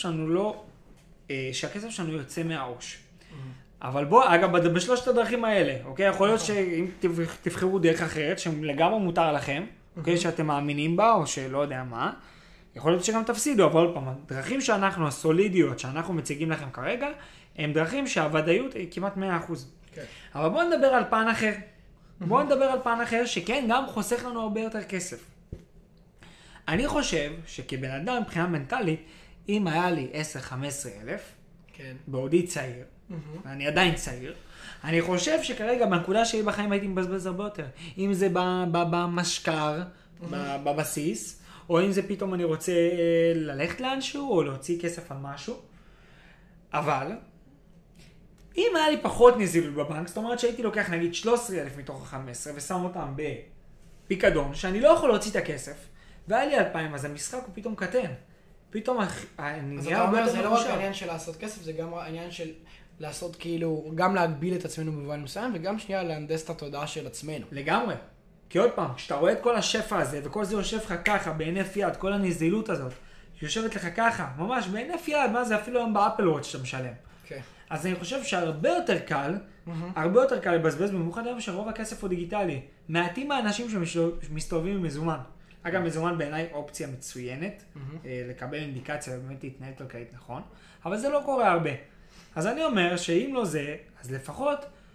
שלנו יוצא מהעו"ש. אבל בוא, אגב, בשלושת הדרכים האלה, אוקיי? יכול להיות שאם תבחרו דרך אחרת, שלגמרי מותר לכם, אוקיי? שאתם מאמינים בה, או שלא יודע מה, יכול להיות שגם תפסידו, אבל עוד פעם, הדרכים שאנחנו, הסולידיות שאנחנו מציגים לכם כרגע, הם דרכים שהוודאיות היא כמעט 100%. כן. אבל בואו נדבר על פן אחר. בואו נדבר על פן אחר שכן, גם חוסך לנו הרבה יותר כסף. אני חושב שכבן אדם מבחינה מנטלית, אם היה לי 10-15 אלף, כן. בעודי צעיר, ואני עדיין צעיר, אני חושב שכרגע בנקודה שלי בחיים הייתי מבזבז הרבה יותר. אם זה במשקר, בבסיס, או אם זה פתאום אני רוצה ללכת לאנשהו, או להוציא כסף על משהו. אבל, אם היה לי פחות נזילות בבנק, זאת אומרת שהייתי לוקח נגיד 13,000 מתוך ה-15, ושם אותם בפיקדון, שאני לא יכול להוציא את הכסף, והיה לי 2,000, אז המשחק הוא פתאום קטן. פתאום אני אז אתה אומר, זה לא רק העניין של לעשות כסף, זה גם העניין של לעשות כאילו, גם להגביל את עצמנו במובן מסוים, וגם שנייה להנדס את התודעה של עצמנו. לגמרי. כי עוד פעם, כשאתה רואה את כל השפע הזה, וכל זה יושב לך ככה, בהינף יד, כל הנזילות הזאת, יושבת לך ככה, ממש בהינף יד, מה זה אפילו היום באפל וואץ' שאתה משלם. כן. אז אני חושב שהרבה יותר קל, הרבה יותר קל לבזבז, במיוחד היום שרוב הכסף הוא דיגיטלי. מעטים מהאנשים שמסתובבים עם מזומן. אגב, מזומן בעיניי אופציה מצוינת, לקבל אינדיקציה ובאמת להתנהל כלכלית נכון, אבל זה לא קורה הרבה. אז אני אומר שאם לא זה, אז לפחות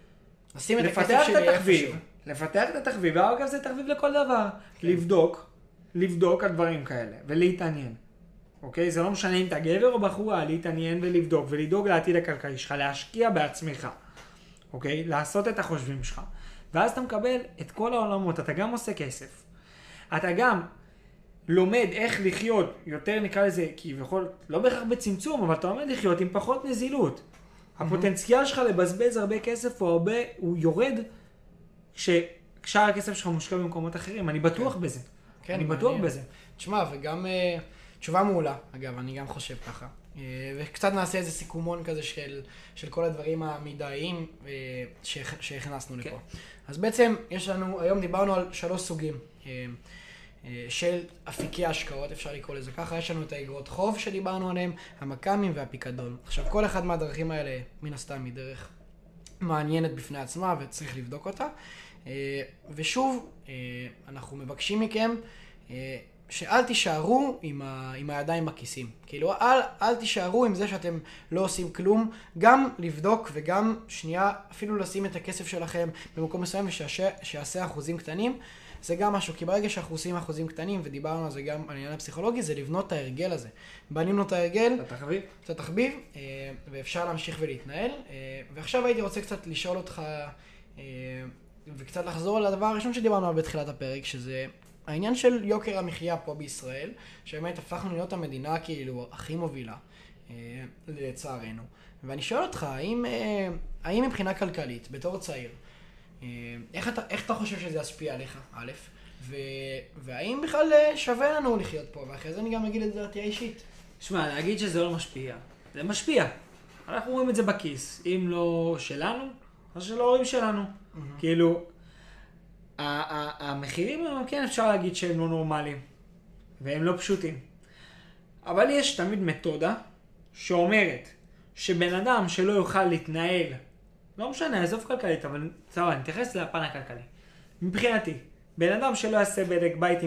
לפתח את התחביב, ואגב זה תחביב לכל דבר, לבדוק על דברים כאלה ולהתעניין. אוקיי? זה לא משנה אם אתה גבר או בחורה, להתעניין ולבדוק ולדאוג לעתיד הכלכלי שלך, להשקיע בעצמך, אוקיי? לעשות את החושבים שלך. ואז אתה מקבל את כל העולמות, אתה גם עושה כסף. אתה גם לומד איך לחיות, יותר נקרא לזה, כביכול, לא בהכרח בצמצום, אבל אתה לומד לחיות עם פחות נזילות. הפוטנציאל שלך לבזבז הרבה כסף הוא יורד כשאר הכסף שלך מושקע במקומות אחרים. אני בטוח בזה. אני בטוח בזה. תשמע, וגם תשובה מעולה, אגב, אני גם חושב ככה. וקצת נעשה איזה סיכומון כזה של כל הדברים המידעיים שהכנסנו לפה. אז בעצם יש לנו, היום דיברנו על 3 סוגים של אפיקי השקעות, אפשר לקרוא לזה ככה. יש לנו את האגרות חוב שדיברנו עליהם, המק"מים והפיקדון. עכשיו, כל אחד מהדרכים האלה, מן הסתם, היא דרך מעניינת בפני עצמה וצריך לבדוק אותה. ושוב, אנחנו מבקשים מכם שאל תישארו עם הידיים בכיסים. כאילו, אל תישארו עם זה שאתם לא עושים כלום, גם לבדוק וגם שנייה, אפילו לשים את הכסף שלכם במקום מסוים ושיעשה אחוזים קטנים. זה גם משהו, כי ברגע שאנחנו עושים אחוזים קטנים, ודיברנו על זה גם על עניין הפסיכולוגי, זה לבנות את ההרגל הזה. בנינו את ההרגל, את התחביב, ואפשר להמשיך ולהתנהל. ועכשיו הייתי רוצה קצת לשאול אותך, וקצת לחזור על הדבר הראשון שדיברנו עליו בתחילת הפרק, שזה העניין של יוקר המחיה פה בישראל, שבאמת הפכנו להיות המדינה כאילו הכי מובילה, לצערנו. ואני שואל אותך, האם מבחינה כלכלית, בתור צעיר, איך אתה חושב שזה ישפיע עליך, א', והאם בכלל שווה לנו לחיות פה, ואחרי זה אני גם אגיד את דעתי האישית. שמע, להגיד שזה לא משפיע, זה משפיע. אנחנו רואים את זה בכיס, אם לא שלנו, אז של ההורים שלנו. כאילו, המחירים הם כן אפשר להגיד שהם לא נורמליים, והם לא פשוטים. אבל יש תמיד מתודה שאומרת שבן אדם שלא יוכל להתנהל, לא משנה, עזוב כלכלית, אבל סבבה, אני אתייחס לפן הכלכלי. מבחינתי, בן אדם שלא יעשה בדק בית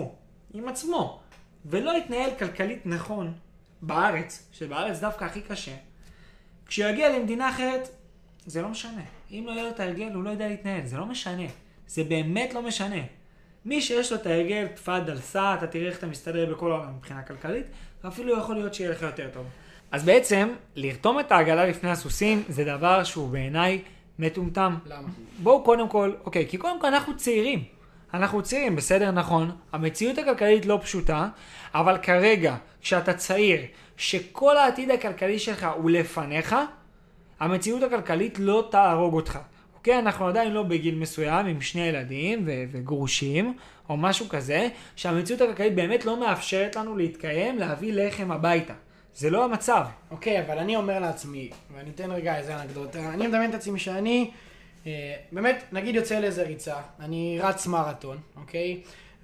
עם עצמו, ולא יתנהל כלכלית נכון בארץ, שבארץ דווקא הכי קשה, כשיגיע למדינה אחרת, זה לא משנה. אם לא יהיה לו את ההרגל, הוא לא יודע להתנהל, זה לא משנה. זה באמת לא משנה. מי שיש לו את ההרגל, תפאדל סע, אתה תראה איך אתה מסתדר בכל העולם מבחינה כלכלית, ואפילו יכול להיות שיהיה לך יותר טוב. אז בעצם, לרתום את העגלה לפני הסוסים, זה דבר שהוא בעיניי מטומטם. למה? בואו קודם כל, אוקיי, כי קודם כל אנחנו צעירים. אנחנו צעירים, בסדר, נכון. המציאות הכלכלית לא פשוטה, אבל כרגע, כשאתה צעיר, שכל העתיד הכלכלי שלך הוא לפניך, המציאות הכלכלית לא תהרוג אותך. אוקיי, אנחנו עדיין לא בגיל מסוים עם 2 ילדים וגרושים, או משהו כזה, שהמציאות הכלכלית באמת לא מאפשרת לנו להתקיים, להביא לחם הביתה. זה לא המצב. אוקיי, אבל אני אומר לעצמי, ואני אתן רגע איזה אנקדוטה, אני מדמיין את עצמי שאני, באמת, נגיד יוצא לאיזה ריצה, אני רץ מרתון, אוקיי?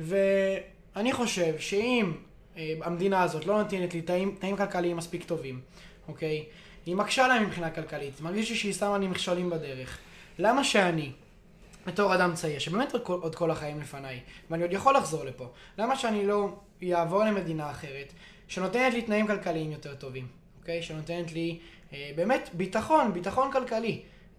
ואני חושב שאם המדינה הזאת לא נותנת לי תנאים כלכליים מספיק טובים, אוקיי? היא מקשה להם מבחינה כלכלית, מרגיש לי שהיא שמה לי מכשולים בדרך. למה שאני, בתור אדם צעיר, שבאמת עוד כל החיים לפניי, ואני עוד יכול לחזור לפה, למה שאני לא יעבור למדינה אחרת, שנותנת לי תנאים כלכליים יותר טובים, אוקיי? שנותנת לי באמת ביטחון כלכלי.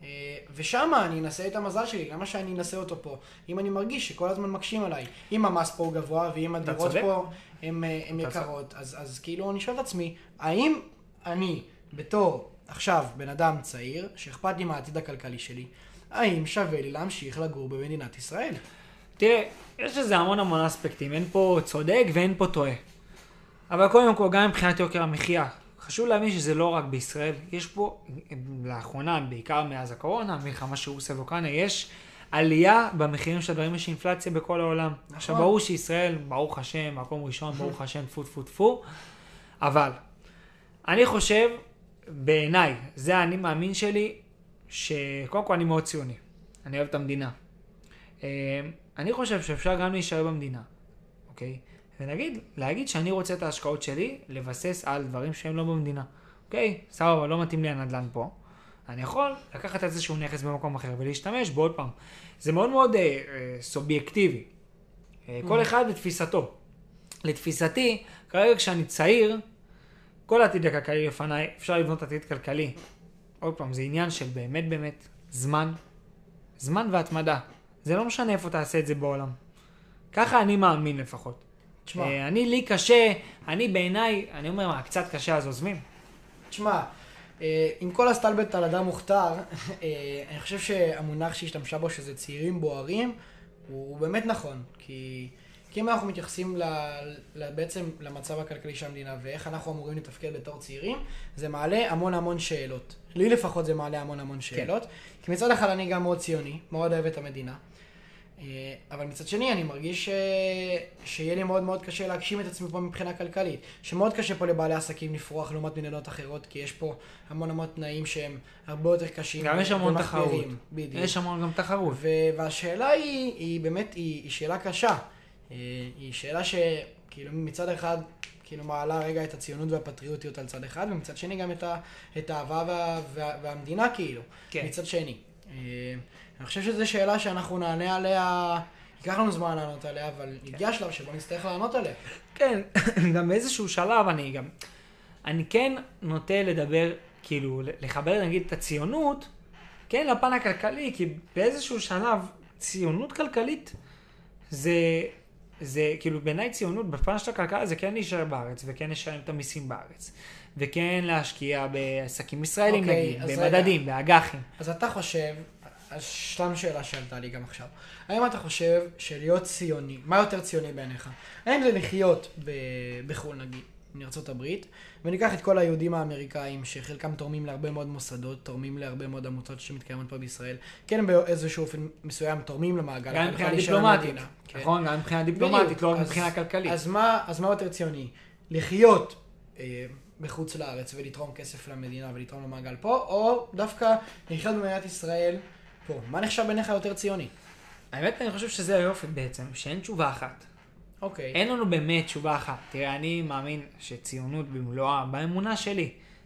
ושם אני אנסה את המזל שלי, למה שאני אנסה אותו פה? אם אני מרגיש שכל הזמן מקשים עליי, אם המס פה הוא גבוה ואם הדירות פה הם יקרות, אז כאילו אני שואל את עצמי, האם אני בתור עכשיו בן אדם צעיר, שאכפת לי מהעתיד הכלכלי שלי, האם שווה לי להמשיך לגור במדינת ישראל? תראה, יש לזה המון אספקטים, אין פה צודק ואין פה טועה. אבל קודם כל, גם מבחינת יוקר המחיה, חשוב להבין שזה לא רק בישראל, יש פה, לאחרונה, בעיקר מאז הקורונה, מלחמה שרוסיה ואוקראינה, יש עלייה במחירים של הדברים, יש אינפלציה בכל העולם. נכון. עכשיו, ברור שישראל, ברוך השם, מקום ראשון, ברוך השם, טפו טפו טפו, אבל אני חושב, בעיניי, זה האני מאמין שלי, שקודם כל אני מאוד ציוני, אני אוהב את המדינה. אני חושב שאפשר גם להישאר במדינה, אוקיי? להגיד שאני רוצה את ההשקעות שלי, לבסס על דברים שהם לא במדינה. אוקיי? סבבה, לא מתאים לי הנדל"ן פה. אני יכול לקחת איזשהו נכס במקום אחר ולהשתמש בו עוד פעם. זה מאוד מאוד סובייקטיבי. כל אחד בתפיסתו. לתפיסתי, כרגע כשאני צעיר, כל העתיד הכלכלי לפניי, אפשר לבנות עתיד כלכלי. עוד פעם, זה עניין של באמת זמן והתמדה. זה לא משנה איפה תעשה את זה בעולם. ככה אני מאמין לפחות. תשמע, לי קשה, בעיניי, אני אומר מה, קצת קשה אז עוזבים. תשמע, עם כל הסטלבט על אדם מוכתר, אני חושב שהמונח שהשתמשה בו שזה צעירים בוערים, הוא באמת נכון. כי אם אנחנו מתייחסים בעצם למצב הכלכלי של המדינה ואיך אנחנו אמורים לתפקד בתור צעירים, זה מעלה המון שאלות. לי לפחות זה מעלה המון שאלות. כן. כי מצד אחד אני גם מאוד ציוני, מאוד אוהב את המדינה. אבל מצד שני אני מרגיש שיהיה לי מאוד קשה להגשים את עצמי פה מבחינה כלכלית, שמאוד קשה פה לבעלי עסקים לפרוח לעומת מדינות אחרות, כי יש פה המון תנאים שהם הרבה יותר קשים. גם יש המון תחרות. יש המון גם תחרות. והשאלה היא באמת, היא שאלה קשה. היא שאלה שכאילו מצד אחד כאילו מעלה רגע את הציונות והפטריוטיות על צד אחד, ומצד שני גם את האהבה והמדינה כאילו, כן. מצד שני. אני חושב שזו שאלה שאנחנו נענה עליה, ייקח לנו זמן לענות עליה, אבל הגיע שלב שבו נצטרך לענות עליה. כן, גם באיזשהו שלב אני כן נוטה לדבר, כאילו, לחבר נגיד את הציונות, כן, לפן הכלכלי, כי באיזשהו שלב ציונות כלכלית זה כאילו בעיניי ציונות, בפן של הכלכלה זה כן להישאר בארץ, וכן לשלם את המיסים בארץ, וכן להשקיע בעסקים ישראלים נגיד, במדדים, באג"חים. אז אתה חושב, סתם שאלה שעלתה לי גם עכשיו. האם אתה חושב שלהיות ציוני, מה יותר ציוני בעיניך? האם זה לחיות בחו"ל נגיד, מארצות הברית, וניקח את כל היהודים האמריקאים שחלקם תורמים להרבה מאוד מוסדות, תורמים להרבה מאוד עמותות שמתקיימות פה בישראל, כן באיזשהו אופן מסוים תורמים למעגל הכלכלי של המדינה. נכון, גם מבחינה דיפלומטית, לא רק מבחינה כלכלית. אז מה יותר ציוני? לחיות בחוץ לארץ ולתרום כסף למדינה ולתרום למעגל פה, או דווקא לחיות במדינת ישראל פה? מה נחשב בעיניך יותר ציוני? האמת, אני חושב שזה היופי בעצם, שאין תשובה אחת. אוקיי. אין לנו באמת תשובה אחת. תראה, אני מאמין שציונות במלואה, באמונה שלי,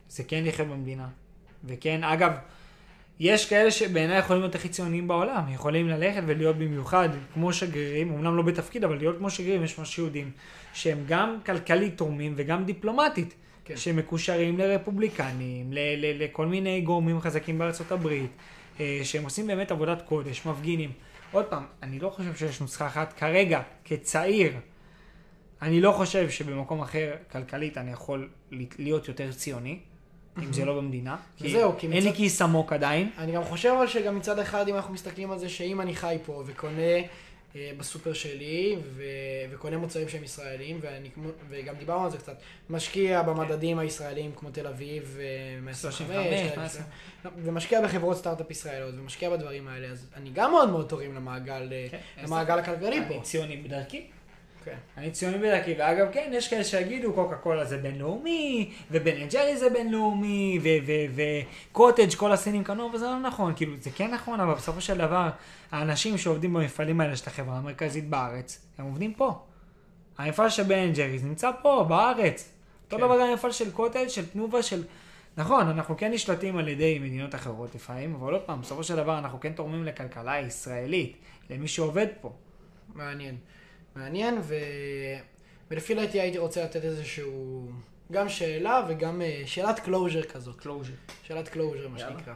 זה כן לחיות במדינה. וכן, אגב, יש כאלה שבעיניי יכולים להיות הכי ציוניים בעולם, יכולים ללכת ולהיות במיוחד כמו שגרירים, אמנם לא בתפקיד, אבל להיות כמו שגרירים, יש ממש יהודים, שהם גם כלכלית תורמים וגם דיפלומטית, כן. שמקושרים לרפובליקנים, לכל מיני גורמים חזקים בארצות הברית, שהם עושים באמת עבודת קודש, מפגינים. עוד פעם, אני לא חושב שיש נוסחה אחת כרגע, כצעיר, אני לא חושב שבמקום אחר כלכלית אני יכול להיות יותר ציוני, אם זה לא במדינה, כי אין לי כיס עמוק עדיין. אני גם חושב אבל שגם מצד אחד, אם אנחנו מסתכלים על זה, שאם אני חי פה וקונה בסופר שלי, וקונה מוצרים שהם ישראלים, וגם דיברנו על זה קצת, משקיע במדדים הישראלים כמו תל אביב, 125, ומשקיע בחברות סטארט-אפ ישראליות, ומשקיע בדברים האלה, אז אני גם מאוד מאוד תורם למעגל הכלכלי פה. אני ציוני בדרכי. אני ציוני בדרכי, ואגב כן, יש כאלה שיגידו קוקה קולה זה בינלאומי, ובן ג'רי זה בינלאומי, וקוטג' כל הסינים קנו, וזה לא נכון, כאילו זה כן נכון, אבל בסופו של דבר, האנשים שעובדים במפעלים האלה של החברה המרכזית בארץ, הם עובדים פה. המפעל של בן ג'רי נמצא פה, בארץ. אותו דבר גם המפעל של קוטג', של תנובה, של... נכון, אנחנו כן נשלטים על ידי מדינות אחרות לפעמים, אבל עוד פעם, בסופו של דבר אנחנו כן תורמים לכלכלה הישראלית, למי שעובד פה. מעניין, ולפי דעתי הייתי רוצה לתת איזשהו גם שאלה וגם שאלת קלוז'ר כזאת. שאלת קלוז'ר, מה שנקרא.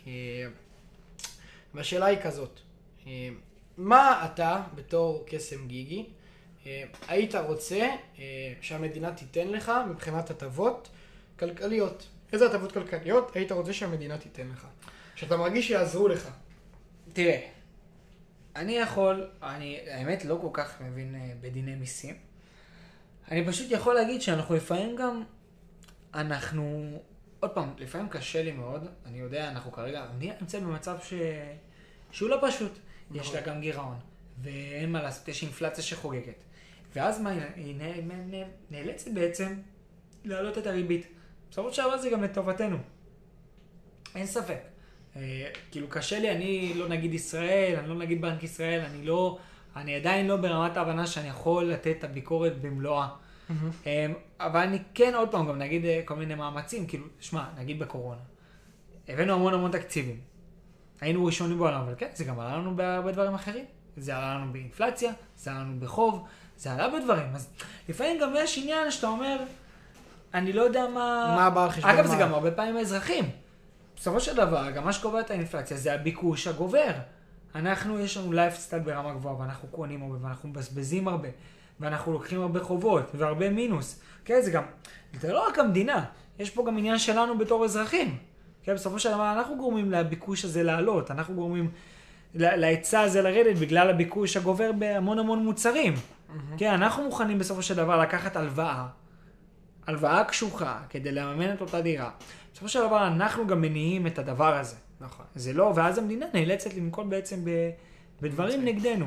והשאלה היא כזאת, מה אתה בתור קסם גיגי היית רוצה שהמדינה תיתן לך מבחינת הטבות כלכליות? איזה הטבות כלכליות היית רוצה שהמדינה תיתן לך? שאתה מרגיש שיעזרו לך. תראה. אני האמת לא כל כך מבין בדיני מיסים. אני פשוט יכול להגיד שאנחנו לפעמים גם, עוד פעם, לפעמים קשה לי מאוד, אני יודע, אנחנו כרגע, המדינה נמצאת במצב שהוא לא פשוט. יש לה גם גירעון, ואין מה לעשות, יש אינפלציה שחוגגת. ואז מה, היא נאלצת בעצם להעלות את הריבית. בסופו של דבר זה גם לטובתנו. אין ספק. כאילו קשה לי, אני לא נגיד ישראל, אני לא נגיד בנק ישראל, אני עדיין לא ברמת ההבנה שאני יכול לתת את הביקורת במלואה. אבל אני כן עוד פעם גם נגיד כל מיני מאמצים, כאילו, שמע, נגיד בקורונה. הבאנו המון תקציבים. היינו ראשונים בעולם, אבל כן, זה גם עלה לנו בהרבה דברים אחרים. זה עלה לנו באינפלציה, זה עלה לנו בחוב, זה עלה בדברים. אז לפעמים גם יש עניין שאתה אומר, אני לא יודע מה בא על חשבון מה. אגב, זה גם הרבה פעמים האזרחים. בסופו של דבר, גם מה שקובע את האינפלציה, זה הביקוש הגובר. יש לנו לייפסטייל ברמה גבוהה, ואנחנו קונים הרבה, ואנחנו מבזבזים הרבה, ואנחנו לוקחים הרבה חובות, והרבה מינוס. כן, זה גם, זה לא רק המדינה, יש פה גם עניין שלנו בתור אזרחים. כן, בסופו של דבר, אנחנו גורמים לביקוש הזה לעלות, אנחנו גורמים להיצע הזה לרדת, בגלל הביקוש הגובר בהמון מוצרים. כן, אנחנו מוכנים בסופו של דבר לקחת הלוואה קשוחה, כדי לממן את אותה דירה. בסופו של דבר אנחנו גם מניעים את הדבר הזה. נכון. זה לא, ואז המדינה נאלצת לנקול בעצם בדברים נגדנו.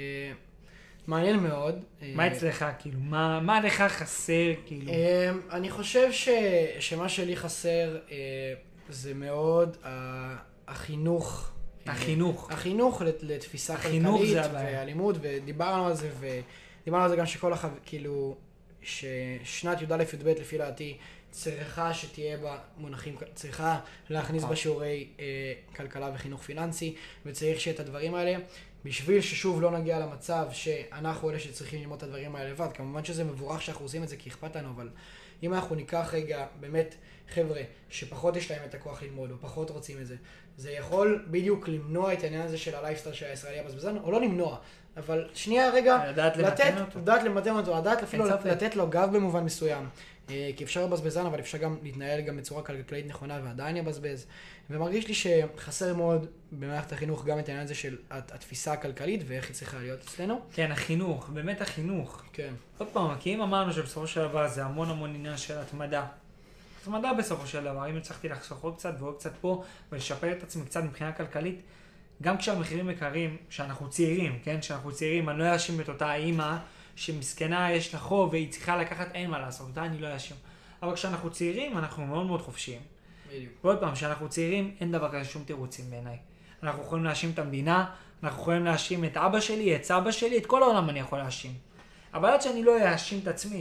מעניין מאוד. מה אצלך, כאילו? מה לך חסר, כאילו? אני חושב שמה שלי חסר זה מאוד החינוך. החינוך לתפיסה כלכלית והלימוד, ודיברנו על זה גם כאילו, ששנת י"א-י"ב לפי דעתי, צריכה שתהיה בה מונחים, צריכה להכניס בשיעורי כלכלה וחינוך פיננסי, וצריך שאת הדברים האלה, בשביל ששוב לא נגיע למצב שאנחנו אלה שצריכים ללמוד את הדברים האלה לבד. כמובן שזה מבורך שאנחנו עושים את זה כי אכפת לנו, אבל אם אנחנו ניקח רגע באמת חבר'ה שפחות יש להם את הכוח ללמוד או פחות רוצים את זה, זה יכול בדיוק למנוע את העניין הזה של הלייפסטייל של הישראלי הבזבזן, או לא למנוע, אבל שנייה רגע, לדעת למתן אותו, לדעת אפילו לתת לו גב במובן מסוים. כי אפשר לבזבזן, אבל אפשר גם להתנהל גם בצורה כלכלית נכונה ועדיין יבזבז. ומרגיש לי שחסר מאוד במערכת החינוך גם את העניין הזה של התפיסה הכלכלית ואיך היא צריכה להיות אצלנו. כן, החינוך, באמת החינוך. כן. עוד פעם, כי אם אמרנו שבסופו של דבר זה המון עניין של התמדה. התמדה בסופו של דבר, אם הצלחתי לחסוך עוד קצת ועוד קצת פה ולשפר את עצמי קצת מבחינה כלכלית, גם כשהמחירים יקרים, שאנחנו צעירים, כן? שאנחנו צעירים, אני לא אשים את אותה האמא שמסכנה יש לה חוב והיא צריכה לקחת, אין מה לעשות, אותה אני לא אשים. אבל כשאנחנו צעירים, אנחנו מאוד חופשיים. ועוד פעם, כשאנחנו צעירים, אין דבר כזה שום תירוצים בעיניי. אנחנו יכולים להאשים את המדינה, אנחנו יכולים להאשים את אבא שלי, את סבא שלי, את כל העולם אני יכול להאשים. אבל עד שאני לא אאשים את עצמי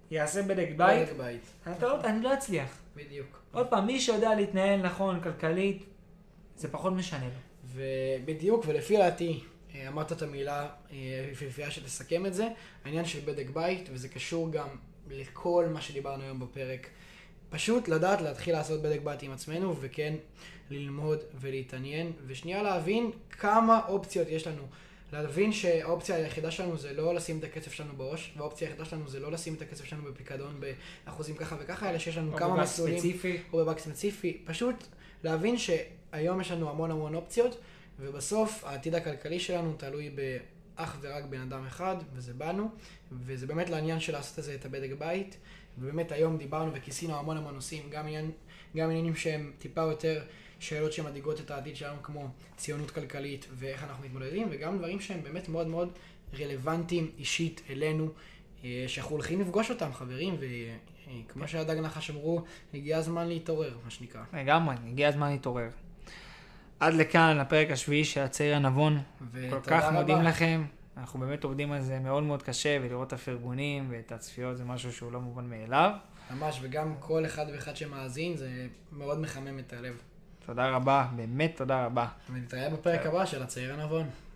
יעשה בדק בית, בדק בית. אני לא אצליח. בדיוק. עוד פעם, מי שיודע להתנהל נכון כלכלית, זה פחות משנה לו. ובדיוק, ולפי דעתי, אמרת את המילה יפהפייה שתסכם את זה, העניין של בדק בית, וזה קשור גם לכל מה שדיברנו היום בפרק. פשוט לדעת להתחיל לעשות בדק בית עם עצמנו, וכן ללמוד ולהתעניין, ושנייה להבין כמה אופציות יש לנו. להבין שהאופציה היחידה שלנו זה לא לשים את הכסף שלנו בעו"ש, והאופציה היחידה שלנו זה לא לשים את הכסף שלנו בפיקדון באחוזים ככה וככה, אלא שיש לנו כמה מסלולים. או בבנק ספציפי. פשוט להבין שהיום יש לנו המון אופציות, ובסוף העתיד הכלכלי שלנו תלוי באך ורק בן אדם אחד, וזה בנו, וזה באמת לעניין של לעשות את הבדק בית, ובאמת היום דיברנו וכיסינו המון נושאים, גם עניינים שהם טיפה יותר שאלות שמדאיגות את העתיד שלנו, כמו ציונות כלכלית ואיך אנחנו מתמודדים, וגם דברים שהם באמת מאוד רלוונטיים אישית אלינו, שאנחנו הולכים לפגוש אותם, חברים, וכמו שהדג נחש אמרו, הגיע הזמן להתעורר, מה שנקרא. לגמרי, הגיע הזמן להתעורר. עד לכאן, לפרק השביעי של הצעיר הנבון. כל כך מודים לכם. אנחנו באמת עובדים על זה מאוד קשה, ולראות את הפרגונים ואת הצפיות זה משהו שהוא לא מובן מאליו. ממש, וגם כל אחד ואחד שמאזין, זה מאוד מחמם את הלב. תודה רבה, באמת תודה רבה. ונתראה בפרק הבא של הצעיר הנבון.